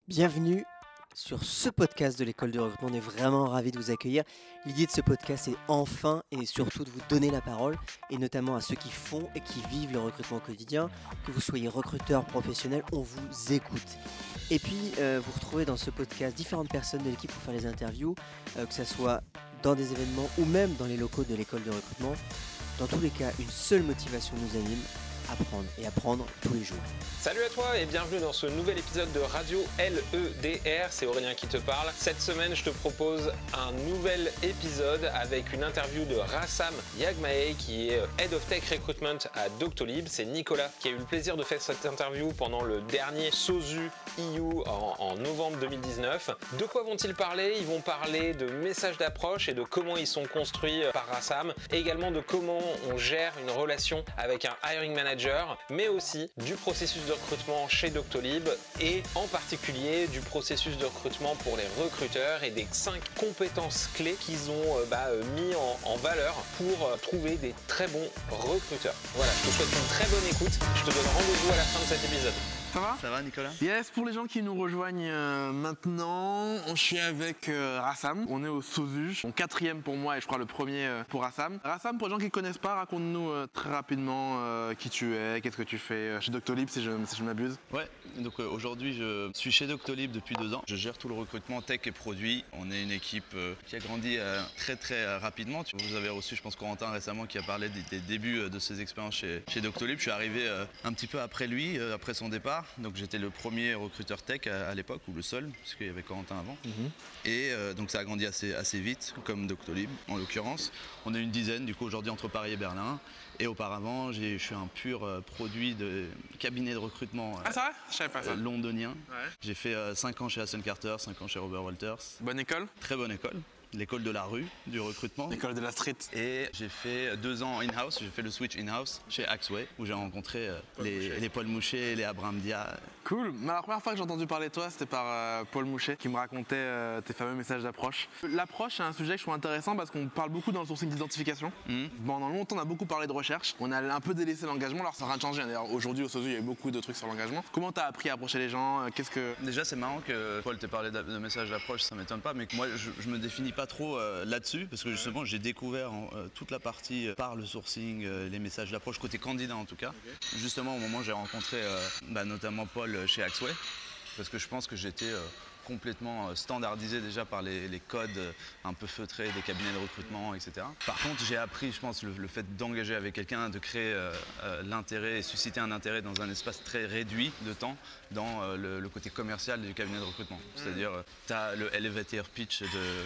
Bienvenue sur ce podcast de l'école de recrutement. On est vraiment ravis de vous accueillir. L'idée de ce podcast est enfin et surtout de vous donner la parole, et notamment à ceux qui font et qui vivent le recrutement au quotidien. Que vous soyez recruteur professionnel, on vous écoute. Et puis, vous retrouvez dans ce podcast différentes personnes de l'équipe pour faire les interviews, que ce soit dans des événements ou même dans les locaux de l'école de recrutement. Dans tous les cas, une seule motivation nous anime: apprendre et apprendre tous les jours. Salut à toi et bienvenue dans ce nouvel épisode de Radio LEDR, c'est Aurélien qui te parle. Cette semaine, je te propose un nouvel épisode avec une interview de Rassam Yagmaei qui est Head of Tech Recruitment à Doctolib. C'est Nicolas qui a eu le plaisir de faire cette interview pendant le dernier SOSU EU en novembre 2019. De quoi vont-ils parler? Ils vont parler de messages d'approche et de comment ils sont construits par Rassam, et également de comment on gère une relation avec un hiring manager, mais aussi du processus de recrutement chez Doctolib et en particulier du processus de recrutement pour les recruteurs et des 5 compétences clés qu'ils ont mis en valeur pour trouver des très bons recruteurs. Voilà, je te souhaite une très bonne écoute. Je te donne rendez-vous à la fin de cet épisode. Ça va? Ça va, Nicolas? Yes, pour les gens qui nous rejoignent maintenant, je suis avec Rassam. On est au SOSU, mon 4e pour moi et je crois le premier pour Rassam. Rassam, pour les gens qui ne connaissent pas, raconte-nous très rapidement qui tu es, qu'est-ce que tu fais chez Doctolib si je m'abuse. Ouais, donc aujourd'hui je suis chez Doctolib depuis 2 ans. Je gère tout le recrutement tech et produits. On est une équipe qui a grandi très rapidement. Vous avez reçu, je pense, Corentin récemment qui a parlé des débuts de ses expériences chez Doctolib. Je suis arrivé un petit peu après lui, après son départ. Donc j'étais le premier recruteur tech à l'époque, ou le seul, parce qu'il y avait Corentin avant. Et donc ça a grandi assez vite, comme Doctolib en l'occurrence. On est une dizaine du coup aujourd'hui entre Paris et Berlin. Et auparavant, je suis un pur produit de cabinet de recrutement Ah, ça va? Je savais pas ça. londonien. Ouais. J'ai fait 5 ans chez Aston Carter, 5 ans chez Robert Walters. Bonne école? Très bonne école. L'école de la rue, du recrutement. L'école de la street. Et j'ai fait 2 ans in-house, j'ai fait le switch in-house chez Axway, où j'ai rencontré les Paul Mouchet, les Abraham Dia. Cool. Mais la première fois que j'ai entendu parler de toi, c'était par Paul Mouchet qui me racontait tes fameux messages d'approche. L'approche, c'est un sujet que je trouve intéressant parce qu'on parle beaucoup dans le sourcing d'identification. Pendant longtemps, on a beaucoup parlé de recherche. On a un peu délaissé l'engagement, alors ça n'a rien changé. D'ailleurs, aujourd'hui, au SOSU, il y a eu beaucoup de trucs sur l'engagement. Comment tu as appris à approcher les gens? Déjà, c'est marrant que Paul t'ait parlé de messages d'approche, ça m'étonne pas, mais que moi, je me définis pas trop là-dessus, parce que justement, j'ai découvert toute la partie par le sourcing, les messages d'approche, côté candidat en tout cas. Justement, au moment où j'ai rencontré notamment Paul chez Axway, parce que je pense que j'étais complètement standardisé déjà par les codes un peu feutrés des cabinets de recrutement, etc. Par contre, j'ai appris, je pense, le fait d'engager avec quelqu'un, de créer l'intérêt et susciter un intérêt dans un espace très réduit de temps dans le côté commercial du cabinet de recrutement. C'est-à-dire, tu as le elevator pitch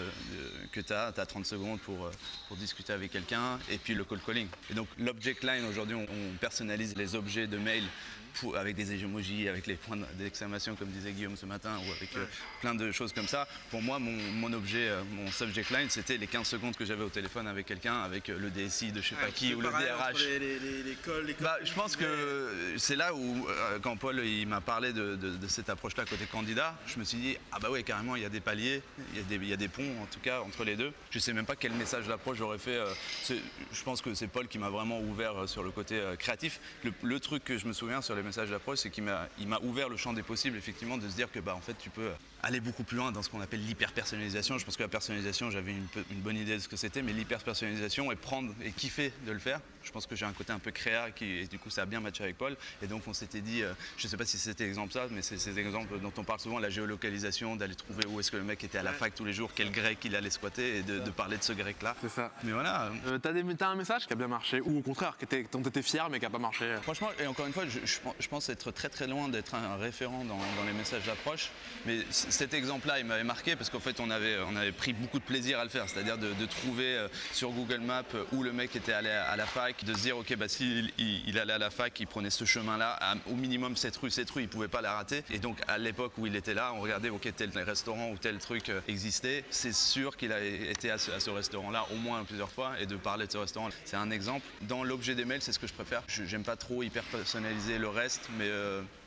que tu as 30 secondes pour discuter avec quelqu'un, et puis le cold calling. Et donc, l'object line, aujourd'hui, on personnalise les objets de mail avec des emojis, avec les points d'exclamation comme disait Guillaume ce matin, ou avec plein de choses comme ça. Pour moi, mon objet, mon subject line, c'était les 15 secondes que j'avais au téléphone avec quelqu'un, avec le DSI de je sais pas qui, ou le DRH. Je pense que c'est là où, quand Paul il m'a parlé de cette approche-là côté candidat, je me suis dit, ah bah ouais, carrément, il y a des paliers, il y a des ponts en tout cas entre les deux. Je sais même pas quel message d'approche j'aurais fait. Je pense que c'est Paul qui m'a vraiment ouvert sur le côté créatif. Le truc que je me souviens sur les messages d'approche, c'est qu'il m'a ouvert le champ des possibles, effectivement, de se dire que en fait tu peux aller beaucoup plus loin dans ce qu'on appelle l'hyper-personnalisation. Je pense que la personnalisation, j'avais une bonne idée de ce que c'était, mais l'hyper-personnalisation et prendre et kiffer de le faire, je pense que j'ai un côté un peu créa et du coup ça a bien matché avec Paul. Et donc on s'était dit, je sais pas si c'était exemple ça, mais c'est ces exemples dont on parle souvent, la géolocalisation, d'aller trouver où est-ce que le mec était à la fac tous les jours, quel grec il allait squatter, et de parler de ce grec là. C'est ça. Mais voilà. T'as un message qui a bien marché, ou au contraire, dont t'étais fier mais qui a pas marché? Franchement, et encore une fois, je pense être très loin d'être un référent dans les messages d'approche, mais cet exemple-là, il m'avait marqué parce qu'en fait, on avait pris beaucoup de plaisir à le faire, c'est-à-dire de trouver sur Google Maps où le mec était allé à la fac, de se dire, ok, s'il allait à la fac, il prenait ce chemin-là, au minimum cette rue, il pouvait pas la rater. Et donc, à l'époque où il était là, on regardait, ok, tel restaurant ou tel truc existait, c'est sûr qu'il a été à ce restaurant-là au moins plusieurs fois, et de parler de ce restaurant. C'est un exemple. Dans l'objet des mails, c'est ce que je préfère. J'aime pas trop hyper personnaliser le reste, mais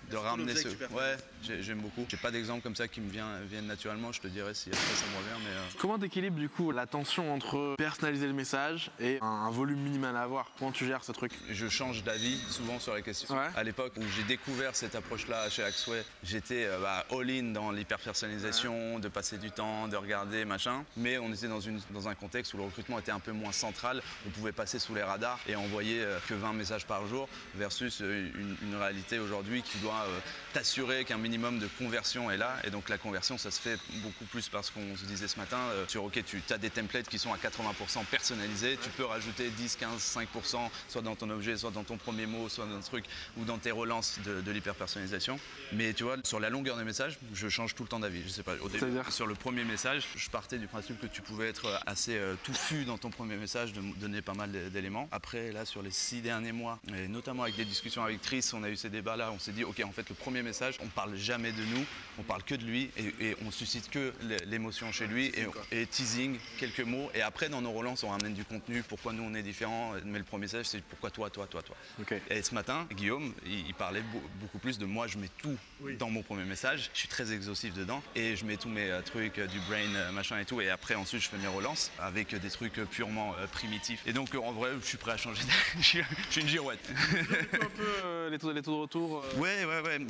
ramener ce. Ouais, j'aime beaucoup. J'ai pas d'exemple comme ça qui me viennent naturellement. Je te dirais si après ça me revient, mais. Comment t'équilibres du coup la tension entre personnaliser le message et un volume minimal à avoir? Comment tu gères ce truc? Je change d'avis souvent sur la question. Ouais. À l'époque où j'ai découvert cette approche-là chez Axway, j'étais all-in dans l'hyper-personnalisation, de passer du temps, de regarder, machin. Mais on était dans un contexte où le recrutement était un peu moins central. On pouvait passer sous les radars et envoyer que 20 messages par jour versus une réalité aujourd'hui qui doit t'assurer qu'un minimum de conversion est là. Et donc la conversion, ça se fait beaucoup plus parce qu'on se disait ce matin, tu as des templates qui sont à 80% personnalisés. Tu peux rajouter 10, 15, 5%, soit dans ton objet, soit dans ton premier mot, soit dans un truc, ou dans tes relances de l'hyper-personnalisation. Mais tu vois, sur la longueur des messages, je change tout le temps d'avis. Je sais pas, au début, sur le premier message, je partais du principe que tu pouvais être assez touffu dans ton premier message, de donner pas mal d'éléments. Après, là, sur les 6 derniers mois, et notamment avec des discussions avec Tris, on a eu ces débats-là, on s'est dit, ok, en fait, le premier message, on parle jamais de nous, on parle que de lui, et on suscite que l'émotion chez lui, et teasing, quelques mots, et après, dans nos relances, on ramène du contenu, pourquoi nous, on est différents, mais le premier message, c'est pourquoi toi. Okay. Et ce matin, Guillaume, il parlait beaucoup plus de moi, je mets tout dans mon premier message, je suis très exhaustif dedans, et je mets tous mes trucs, du brain, machin et tout, et après, ensuite, je fais mes relances, avec des trucs purement primitifs. Et donc, en vrai, je suis prêt à changer, je suis une girouette. Un peu les taux de retour. Ouais.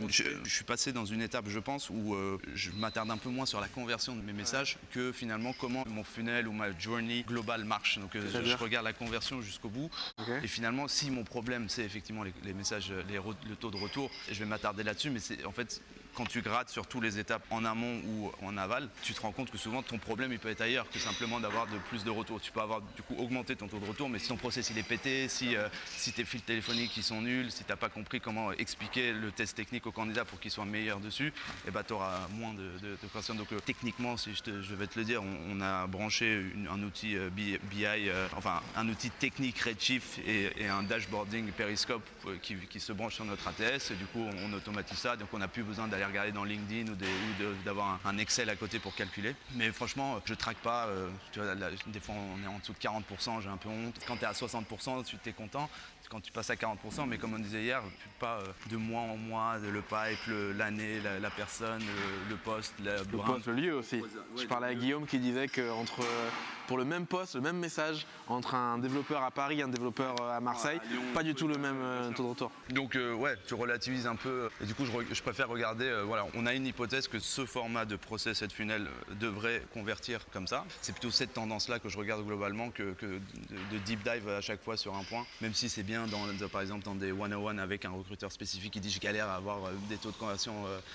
Je suis passé dans une étape, je pense, où je m'attarde un peu moins sur la conversion de mes messages que finalement comment mon funnel ou ma journey globale marche. Donc je regarde la conversion jusqu'au bout. Okay. Et finalement, si mon problème c'est effectivement les messages, le taux de retour, je vais m'attarder là-dessus. Mais c'est en fait, quand tu grattes sur toutes les étapes en amont ou en aval, tu te rends compte que souvent ton problème il peut être ailleurs que simplement d'avoir de plus de retours. Tu peux avoir du coup augmenté ton taux de retour, mais si ton process il est pété, si tes fils téléphoniques ils sont nuls, si tu n'as pas compris comment expliquer le test technique au candidat pour qu'il soit meilleur dessus, et tu auras moins de conversion. Donc techniquement, si je vais te le dire, on a branché un outil BI, enfin un outil technique Redshift et un dashboarding Periscope qui se branche sur notre ATS, et du coup on automatise ça, donc on n'a plus besoin d'aller regarder dans LinkedIn ou d'avoir un Excel à côté pour calculer. Mais franchement, je traque pas. Tu vois, des fois, on est en dessous de 40%, j'ai un peu honte. Quand tu es à 60%, tu es content. Quand tu passes à 40%, mais comme on disait hier, pas de mois en mois, le pipe, l'année, la personne, le poste, le poste, le lieu aussi. Je parlais à Guillaume qui disait que pour le même poste, le même message, entre un développeur à Paris et un développeur à Marseille, à Lyon, pas du tout le même taux de retour. Donc tu relativises un peu. Et du coup, je préfère regarder. On a une hypothèse que ce format de process et de funnel devrait convertir comme ça. C'est plutôt cette tendance-là que je regarde globalement que de deep dive à chaque fois sur un point, même si c'est bien par exemple dans des 101 avec un recruteur spécifique qui dit je galère à avoir des taux de conversion,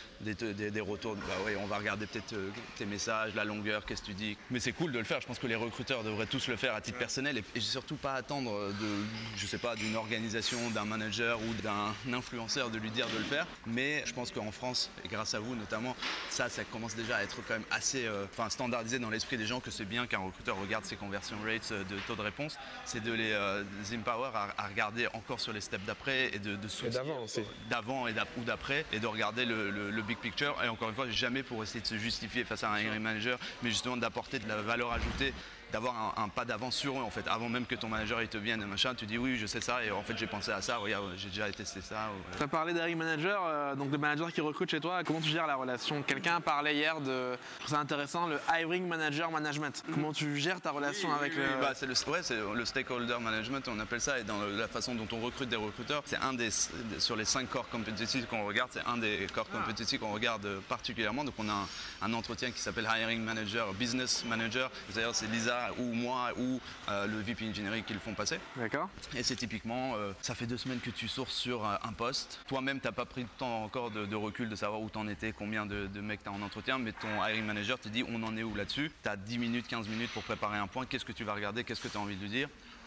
des retours. On va regarder peut-être tes messages, la longueur, qu'est-ce que tu dis. Mais c'est cool de le faire. Je pense que les recruteurs devraient tous le faire à titre personnel et surtout pas attendre d'une organisation, d'un manager ou d'un influenceur de lui dire de le faire. Mais je pense qu'en France, et grâce à vous notamment, ça commence déjà à être quand même assez standardisé dans l'esprit des gens que c'est bien qu'un recruteur regarde ses conversion rates de taux de réponse. C'est de les empower à regarder encore sur les steps d'après et de d'avant aussi. D'avant ou d'après et de regarder le big picture. Et encore une fois, jamais pour essayer de se justifier face à un hiring manager, mais justement d'apporter de la valeur ajoutée, d'avoir un pas d'avance sur eux en fait. Avant même que ton manager il te vienne machin, tu dis oui je sais ça et en fait j'ai pensé à ça, regarde j'ai déjà testé ça. Tu as parlé d'hiring manager, donc de manager qui recrute chez toi, comment tu gères la relation? Quelqu'un parlait hier je trouve ça intéressant, le hiring manager management. Comment tu gères ta relation avec le... c'est le stakeholder management, on appelle ça, et dans la façon dont on recrute des recruteurs, c'est sur les 5 core competencies qu'on regarde, c'est un des core competencies qu'on regarde particulièrement. Donc on a un entretien qui s'appelle hiring manager, business manager, c'est-à-dire c'est Lisa ou moi ou le VP Engineering qui le font passer. D'accord. Et c'est typiquement, ça fait 2 semaines que tu sources sur un poste. Toi-même, tu n'as pas pris le temps encore de recul, de savoir où tu en étais, combien de mecs tu as en entretien, mais ton hiring manager te dit on en est où là-dessus. Tu as 10 minutes, 15 minutes pour préparer un point. Qu'est-ce que tu vas regarder? Qu'est-ce que tu as envie de lui dire?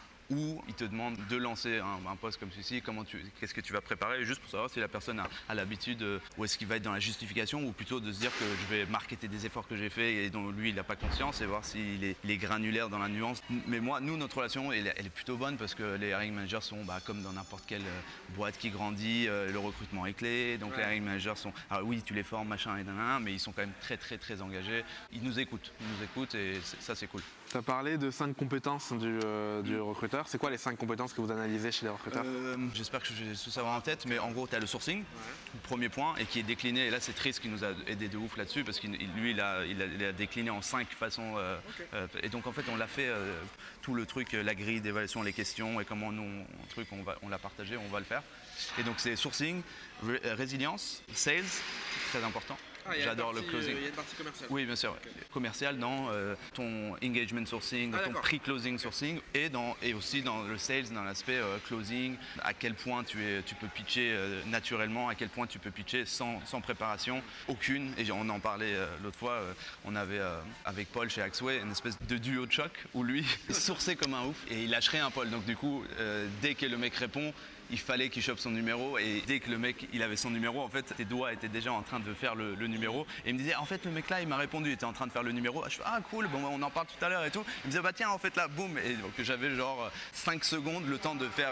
Ou il te demande de lancer un poste comme celui-ci, qu'est-ce que tu vas préparer, juste pour savoir si la personne a l'habitude, ou est-ce qu'il va être dans la justification, ou plutôt de se dire que je vais marketer des efforts que j'ai faits et dont lui il n'a pas conscience, et voir s'il est granulaire dans la nuance. Mais nous, notre relation, elle est plutôt bonne parce que les hiring managers sont comme dans n'importe quelle boîte qui grandit, le recrutement est clé, donc les hiring managers sont, alors oui, tu les formes, machin et nanana, mais ils sont quand même très très très engagés. Ils nous écoutent et ça c'est cool. Tu as parlé de 5 compétences du recruteur. recruteurs. C'est quoi les 5 compétences que vous analysez chez les recruteurs? J'espère que je vais tout savoir en tête, mais en gros, tu as le sourcing, premier point, et qui est décliné. Et là, c'est Triss qui nous a aidé de ouf là-dessus, parce qu'il il a décliné en 5 façons. Et donc, en fait, on l'a fait tout le truc, la grille d'évaluation, les questions, et comment nous, on l'a partagé, on va le faire. Et donc, c'est sourcing, résilience, sales, très important. J'adore le closing. Il y a une partie commerciale. Oui, bien sûr. Okay. Commercial dans ton engagement sourcing, dans ton pre-closing sourcing et aussi dans le sales, dans l'aspect closing, à quel point tu peux pitcher naturellement, à quel point tu peux pitcher sans préparation aucune. Et on en parlait l'autre fois, on avait avec Paul chez Axway une espèce de duo de choc où lui sourçait comme un ouf et il lâcherait un Paul. Donc du coup, dès que le mec répond, il fallait qu'il chope son numéro et dès que le mec il avait son numéro, en fait, tes doigts étaient déjà en train de faire le numéro et il me disait en fait le mec là il m'a répondu, il était en train de faire le numéro. Je fais ah cool, bon on en parle tout à l'heure et tout. Il me disait bah tiens en fait là boum et donc j'avais genre 5 secondes le temps de faire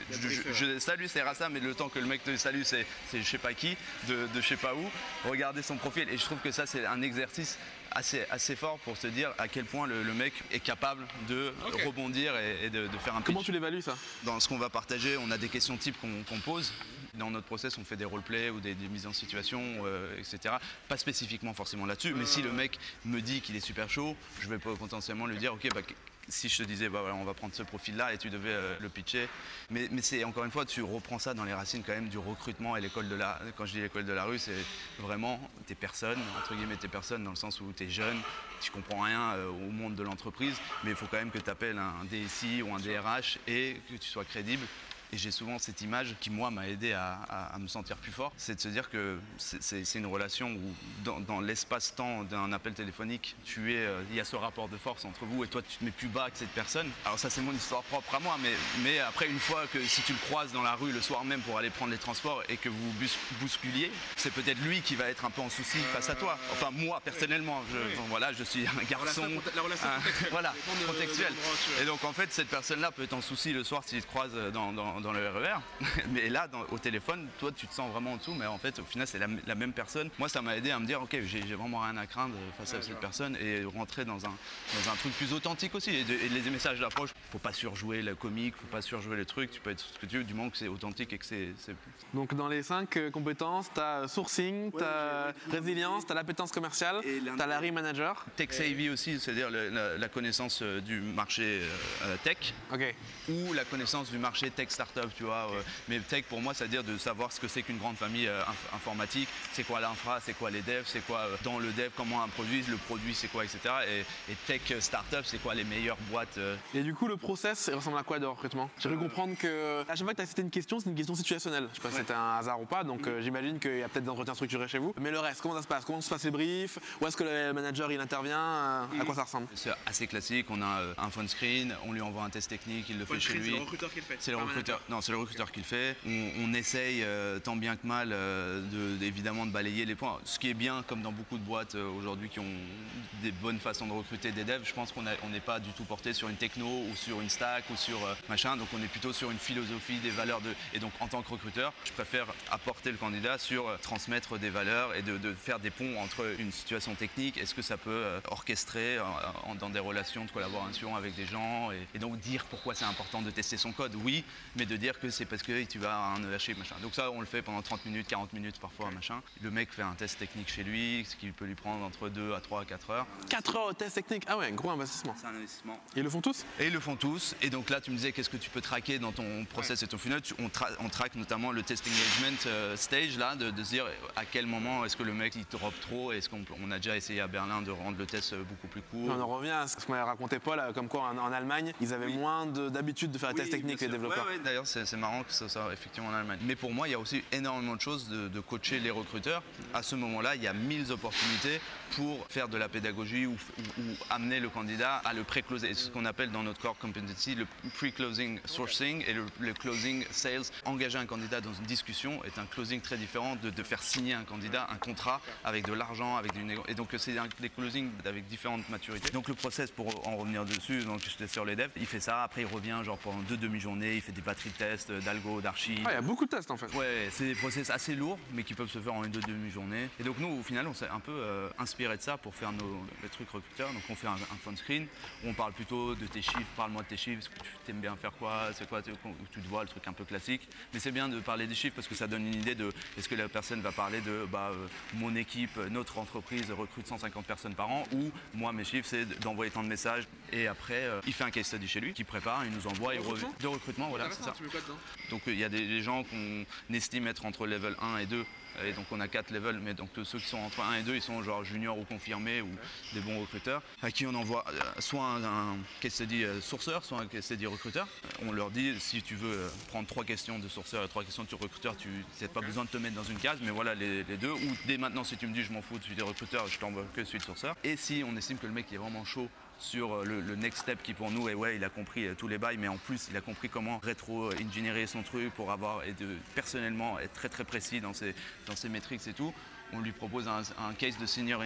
je salue c'est Rassam mais le temps que le mec te salue c'est je sais pas qui de je sais pas où. Regarder son profil et je trouve que ça c'est un exercice assez fort pour se dire à quel point le mec est capable de rebondir et de faire un pitch. Comment tu l'évalues ça? Dans ce qu'on va partager, on a des questions types qu'on pose. Dans notre process, on fait des roleplays ou des mises en situation, etc. Pas spécifiquement forcément là-dessus, mais si le mec me dit qu'il est super chaud, je vais potentiellement lui dire ok, bah, si je te disais bah voilà, on va prendre ce profil-là et tu devais le pitcher. Mais c'est encore une fois, tu reprends ça dans les racines quand même du recrutement et l'école de la. Quand je dis l'école de la rue, c'est vraiment tes personnes, entre guillemets tes personnes, dans le sens où tu es jeune, tu comprends rien au monde de l'entreprise, mais il faut quand même que tu appelles un DSI ou un DRH et que tu sois crédible. Et j'ai souvent cette image qui, moi, m'a aidé à me sentir plus fort. C'est de se dire que c'est une relation où, dans l'espace-temps d'un appel téléphonique, il y a ce rapport de force entre vous et toi, tu te mets plus bas que cette personne. Alors ça, c'est mon histoire propre à moi. Mais après, une fois que si tu le croises dans la rue le soir même pour aller prendre les transports et que vous bousculiez, c'est peut-être lui qui va être un peu en souci face à toi. Enfin, moi, personnellement, voilà, je suis un garçon. La relation contextuelle. Voilà, contextuelle. Et donc, en fait, cette personne-là peut être en souci le soir s'il te croise dans le RER, mais là au téléphone toi tu te sens vraiment en dessous, mais en fait au final c'est la même personne. Moi ça m'a aidé à me dire ok j'ai vraiment rien à craindre face à cette personne et rentrer dans un truc plus authentique aussi et les messages d'approche, faut pas surjouer le comique, faut pas surjouer le truc, tu peux être ce que tu veux du moment que c'est authentique et que c'est... Donc dans les 5 compétences, tu as sourcing, tu as résilience, tu as l'appétence commerciale, tu as la manager. Tech savvy aussi, c'est-à-dire la connaissance du marché tech ou la connaissance du marché tech startup. Tu vois, mais tech pour moi, c'est-à-dire de savoir ce que c'est qu'une grande famille informatique, c'est quoi l'infra, c'est quoi les devs, c'est quoi dans le dev, comment un produit, le produit c'est quoi, etc. Et tech startup, c'est quoi les meilleures boîtes. Et du coup, le process, il ressemble à quoi de recrutement? J'ai cru comprendre que à chaque fois que tu as cité une question, c'est une question situationnelle. Je sais pas si c'était un hasard ou pas, donc j'imagine qu'il y a peut-être des entretiens structurés chez vous. Mais le reste, comment ça se passe? Comment se passe les briefs? Où est-ce que le manager il intervient? À quoi ça ressemble? C'est assez classique, on a un phone screen, on lui envoie un test technique, il le fait chez lui. C'est le recruteur qui le fait. C'est le recruteur. Non, c'est le recruteur qui le fait. On essaye tant bien que mal évidemment de balayer les points. Ce qui est bien, comme dans beaucoup de boîtes aujourd'hui qui ont des bonnes façons de recruter des devs, je pense qu'on n'est pas du tout porté sur une techno ou sur une stack ou sur machin. Donc on est plutôt sur une philosophie, des valeurs et donc en tant que recruteur, je préfère apporter le candidat sur transmettre des valeurs et de faire des ponts entre une situation technique. Est-ce que ça peut orchestrer dans des relations de collaboration avec des gens et donc dire pourquoi c'est important de tester son code, oui, mais de dire que c'est parce que tu vas à un EHC, machin. Donc ça, on le fait pendant 30 minutes, 40 minutes parfois, machin. Le mec fait un test technique chez lui, ce qui peut lui prendre entre 2 à 3 à 4 heures. 4 heures de test technique? Ah ouais, gros investissement. C'est un investissement. Et ils le font tous? Et ils le font tous. Et donc là, tu me disais, qu'est-ce que tu peux traquer dans ton process et ton funnel? On traque notamment le test engagement stage, là, de se dire à quel moment est-ce que le mec il drop trop, est-ce qu'on a déjà essayé à Berlin de rendre le test beaucoup plus court. On en revient à ce que m'avait raconté Paul, comme quoi en Allemagne, ils avaient moins d'habitude de faire les tests techniques, les développeurs. Ouais, d'ailleurs, c'est marrant que ça soit effectivement en Allemagne. Mais pour moi, il y a aussi énormément de choses de coacher les recruteurs. À ce moment-là, il y a 1000 opportunités pour faire de la pédagogie ou amener le candidat à le pré-closer. C'est ce qu'on appelle dans notre core competency le pre-closing sourcing et le closing sales. Engager un candidat dans une discussion est un closing très différent de faire signer un candidat un contrat avec de l'argent, avec du négo. Et donc c'est des closings avec différentes maturités. Donc le process, pour en revenir dessus, donc j'étais sur les devs, il fait ça, après il revient genre pendant 2 demi-journées, il fait des batteries batterie de tests, d'algo, d'archi. Il y a beaucoup de tests en fait. Ouais, c'est des process assez lourds, mais qui peuvent se faire en une, deux demi-journées. Et donc nous, au final, on s'est un peu inspiré de ça pour faire les trucs recruteurs. Donc on fait un phone screen, où on parle plutôt de tes chiffres, parle-moi de tes chiffres, est-ce que tu aimes bien faire quoi, c'est quoi, tu te vois, le truc un peu classique. Mais c'est bien de parler des chiffres parce que ça donne une idée de est-ce que la personne va parler de mon équipe, notre entreprise recrute 150 personnes par an, ou moi, mes chiffres, c'est d'envoyer tant de messages. Et après, il fait un case study chez lui, qui prépare, il nous envoie, de recrutement, voilà, c'est ça. Donc il y a des gens qu'on estime être entre level 1 et 2. Et donc on a 4 levels, mais donc ceux qui sont entre 1 et 2, ils sont genre juniors ou confirmés ou des bons recruteurs, à qui on envoie soit un case study sourceur, soit un case study recruteur. On leur dit, si tu veux prendre 3 questions de sourceur et 3 questions de recruteur, tu n'as pas besoin de te mettre dans une case, mais voilà les deux. Ou dès maintenant, si tu me dis je m'en fous, tu es des recruteurs, je t'envoie que celui de sourceur. Et si on estime que le mec est vraiment chaud sur le next step qui pour nous, et ouais, il a compris tous les bails, mais en plus il a compris comment rétro-ingénierer son truc pour avoir et de personnellement être très très précis dans ses métriques et tout. On lui propose un case de senior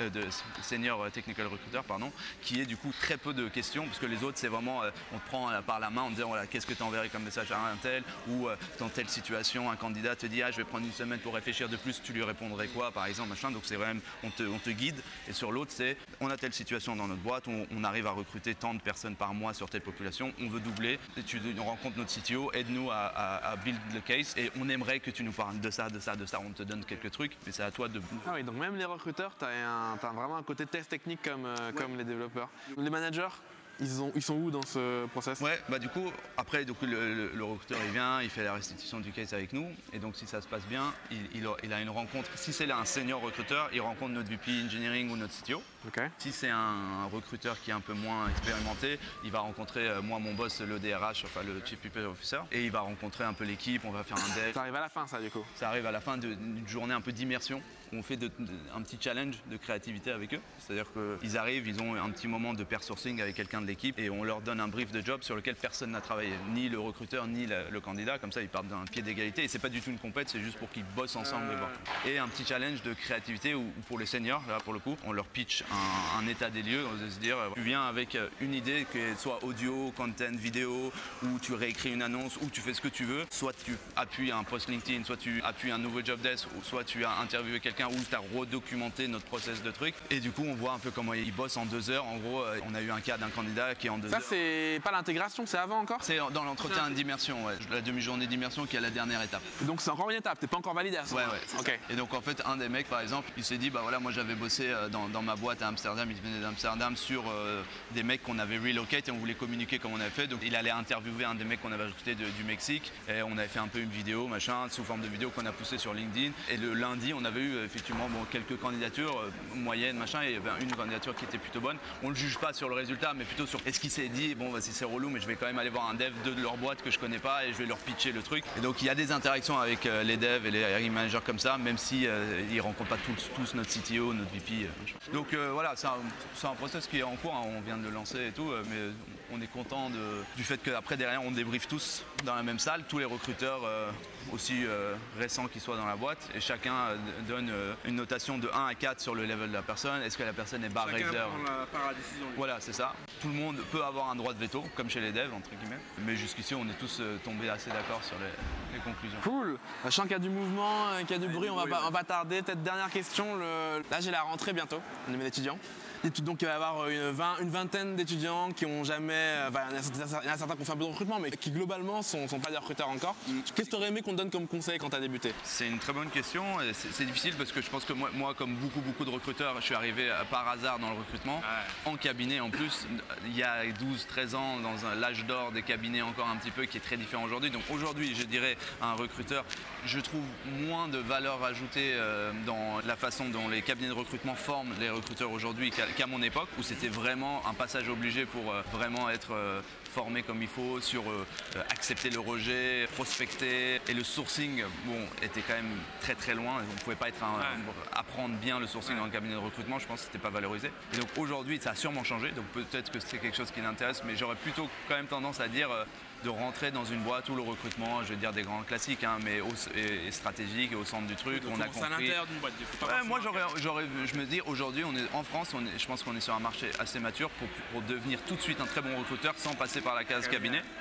technical recruiter, qui est du coup très peu de questions, parce que les autres c'est vraiment on te prend par la main en disant voilà, qu'est-ce que tu enverrais comme message à un tel, ou dans telle situation un candidat te dit je vais prendre une semaine pour réfléchir de plus, tu lui répondrais quoi par exemple, machin. Donc c'est vraiment on te guide. Et sur l'autre c'est on a telle situation dans notre boîte, on arrive à recruter tant de personnes par mois sur telle population, on veut doubler, on rencontre notre CTO, aide-nous à build le case, et on aimerait que tu nous parles de ça, on te donne quelques trucs, mais c'est à toi de... Ah oui, donc même les recruteurs, tu as vraiment un côté test technique comme les développeurs. Les managers, ils sont où dans ce process? Ouais, du coup, après le recruteur il vient, il fait la restitution du case avec nous, et donc si ça se passe bien, il a une rencontre. Si c'est là un senior recruteur, il rencontre notre VP Engineering ou notre CTO. Okay. Si c'est un recruteur qui est un peu moins expérimenté, il va rencontrer moi, mon boss, le DRH, enfin le Chief People Officer, et il va rencontrer un peu l'équipe, on va faire un dev. Ça arrive à la fin ça du coup? Ça arrive à la fin d'une journée un peu d'immersion. On fait un petit challenge de créativité avec eux. C'est-à-dire qu'ils arrivent, ils ont un petit moment de pair sourcing avec quelqu'un de l'équipe et on leur donne un brief de job sur lequel personne n'a travaillé, ni le recruteur, ni le candidat. Comme ça, ils partent d'un pied d'égalité et c'est pas du tout une compète, c'est juste pour qu'ils bossent ensemble. Et un petit challenge de créativité où pour les seniors, là pour le coup, on leur pitch un état des lieux. On va se dire, tu viens avec une idée, que soit audio, content, vidéo, ou tu réécris une annonce, ou tu fais ce que tu veux. Soit tu appuies un post LinkedIn, soit tu appuies un nouveau job desk, ou soit tu as interviewé quelqu'un où tu as redocumenté notre process de truc. Et du coup, on voit un peu comment ils bossent en 2 heures. En gros, on a eu un cas d'un candidat qui est en 2 heures. Ça, c'est pas l'intégration, c'est avant encore? C'est dans l'entretien d'immersion, ouais. La demi-journée d'immersion qui est la dernière étape. Donc c'est encore une étape, t'es pas encore validé à ça? Ouais. Okay. Et donc en fait, un des mecs, par exemple, il s'est dit, voilà, moi j'avais bossé dans ma boîte à Amsterdam, il venait d'Amsterdam, sur des mecs qu'on avait relocate et on voulait communiquer comme on avait fait. Donc il allait interviewer un des mecs qu'on avait recruté du Mexique et on avait fait un peu une vidéo, machin, sous forme de vidéo qu'on a poussée sur LinkedIn. Et le lundi, on avait eu effectivement quelques candidatures moyennes, machin, et il y avait une candidature qui était plutôt bonne. On le juge pas sur le résultat, mais plutôt sur est-ce qu'il s'est dit, si c'est relou, mais je vais quand même aller voir un dev de leur boîte que je connais pas et je vais leur pitcher le truc. Et donc il y a des interactions avec les devs et les hiring managers comme ça, même si ils rencontrent pas tous notre CTO, notre VP. Donc voilà, c'est un process qui est en cours, hein, on vient de le lancer et tout, mais on est content du fait qu'après derrière on débriefe tous dans la même salle, tous les recruteurs aussi récents qui soient dans la boîte, et chacun donne une notation de 1 à 4 sur le level de la personne. Est-ce que la personne est bar raiser? Chacun prend la part à la décision. Voilà, c'est ça. Tout le monde peut avoir un droit de veto, comme chez les devs, entre guillemets. Mais jusqu'ici, on est tous tombés assez d'accord sur les conclusions. Cool. Je sens qu'il y a du mouvement, qu'il y a du bruit, on va tarder. Peut-être dernière question. Là, j'ai la rentrée bientôt, de mes étudiants. Donc il va y avoir une vingtaine d'étudiants qui ont jamais... il y en a certains qui ont fait un peu de recrutement, mais qui globalement sont pas des recruteurs encore. Qu'est-ce que tu aurais aimé qu'on te donne comme conseil quand tu as débuté? C'est une très bonne question. C'est difficile parce que je pense que moi, comme beaucoup de recruteurs, je suis arrivé par hasard dans le recrutement, en cabinet en plus, il y a 12-13 ans, dans l'âge d'or des cabinets encore un petit peu, qui est très différent aujourd'hui. Donc aujourd'hui, je dirais, un recruteur, je trouve moins de valeur ajoutée dans la façon dont les cabinets de recrutement forment les recruteurs aujourd'hui qu'à mon époque, où c'était vraiment un passage obligé pour vraiment être formé comme il faut sur accepter le rejet, prospecter, et le sourcing était quand même très très loin. On ne pouvait pas apprendre bien le sourcing dans un cabinet de recrutement, je pense que c'était pas valorisé. Et donc aujourd'hui ça a sûrement changé, donc peut-être que c'est quelque chose qui l'intéresse, mais j'aurais plutôt quand même tendance à dire de rentrer dans une boîte où le recrutement, je vais dire des grands classiques, hein, mais est stratégique et au centre du truc. Donc on a compris. C'est à l'intérieur d'une boîte. Moi, je me dis aujourd'hui, en France, je pense qu'on est sur un marché assez mature pour devenir tout de suite un très bon recruteur sans passer par la case cabinet.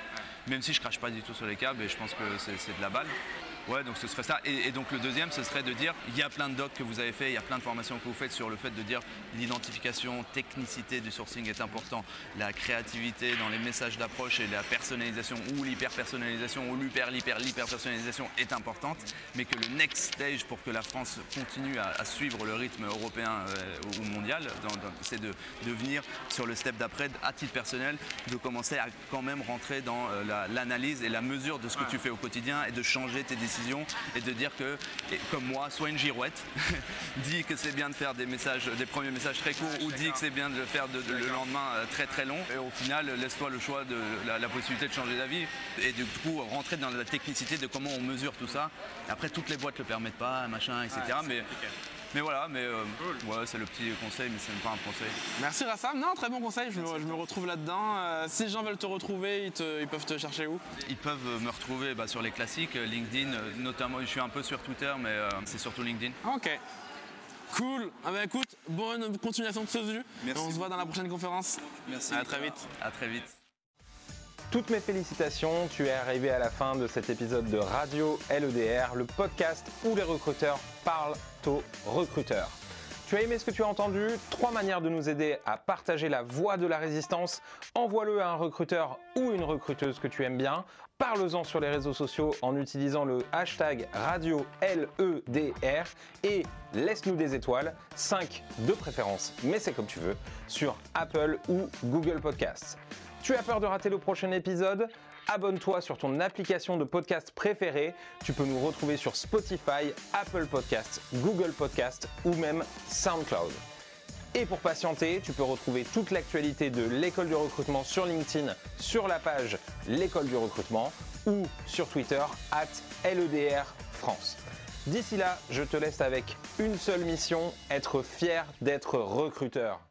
même si je crache pas du tout sur les câbles et je pense que c'est de la balle. Ouais, donc ce serait ça. Et donc le deuxième, ce serait de dire, il y a plein de docs que vous avez fait, il y a plein de formations que vous faites sur le fait de dire l'identification, technicité du sourcing est important, la créativité dans les messages d'approche et la personnalisation ou l'hyper-personnalisation ou l'hyper-personnalisation est importante, mais que le next stage pour que la France continue à suivre le rythme européen ou mondial, c'est de venir sur le step d'après, à titre personnel, de commencer à quand même rentrer dans l'analyse et la mesure de ce que tu fais au quotidien et de changer tes décisions et de dire que, comme moi, soit une girouette, dit que c'est bien de faire des premiers messages très courts ou dit que c'est bien de le faire le lendemain très très long. Et au final, laisse-toi le choix de la possibilité de changer d'avis et du coup rentrer dans la technicité de comment on mesure tout ça. Après, toutes les boîtes ne le permettent pas, machin, etc. Mais voilà, ouais, c'est le petit conseil, mais c'est même pas un conseil. Merci Rassam, non, très bon conseil, je me retrouve là-dedans. Si les gens veulent te retrouver, ils peuvent te chercher où? Ils peuvent me retrouver sur les classiques, LinkedIn, notamment, je suis un peu sur Twitter, mais c'est surtout LinkedIn. Ok, cool. Ah bah écoute, bonne continuation de ce jeu. Merci. On se voit dans la prochaine conférence. Merci. À très vite. À très vite. Toutes mes félicitations, tu es arrivé à la fin de cet épisode de Radio LEDR, le podcast où les recruteurs parlent aux recruteurs. Tu as aimé ce que tu as entendu? 3 manières de nous aider à partager la voix de la résistance. Envoie-le à un recruteur ou une recruteuse que tu aimes bien. Parle-en sur les réseaux sociaux en utilisant le hashtag Radio LEDR et laisse-nous des étoiles, 5 de préférence, mais c'est comme tu veux, sur Apple ou Google Podcasts. Tu as peur de rater le prochain épisode? Abonne-toi sur ton application de podcast préférée. Tu peux nous retrouver sur Spotify, Apple Podcasts, Google Podcasts ou même SoundCloud. Et pour patienter, tu peux retrouver toute l'actualité de l'école du recrutement sur LinkedIn, sur la page l'école du recrutement ou sur Twitter @LEDR France. D'ici là, je te laisse avec une seule mission, être fier d'être recruteur.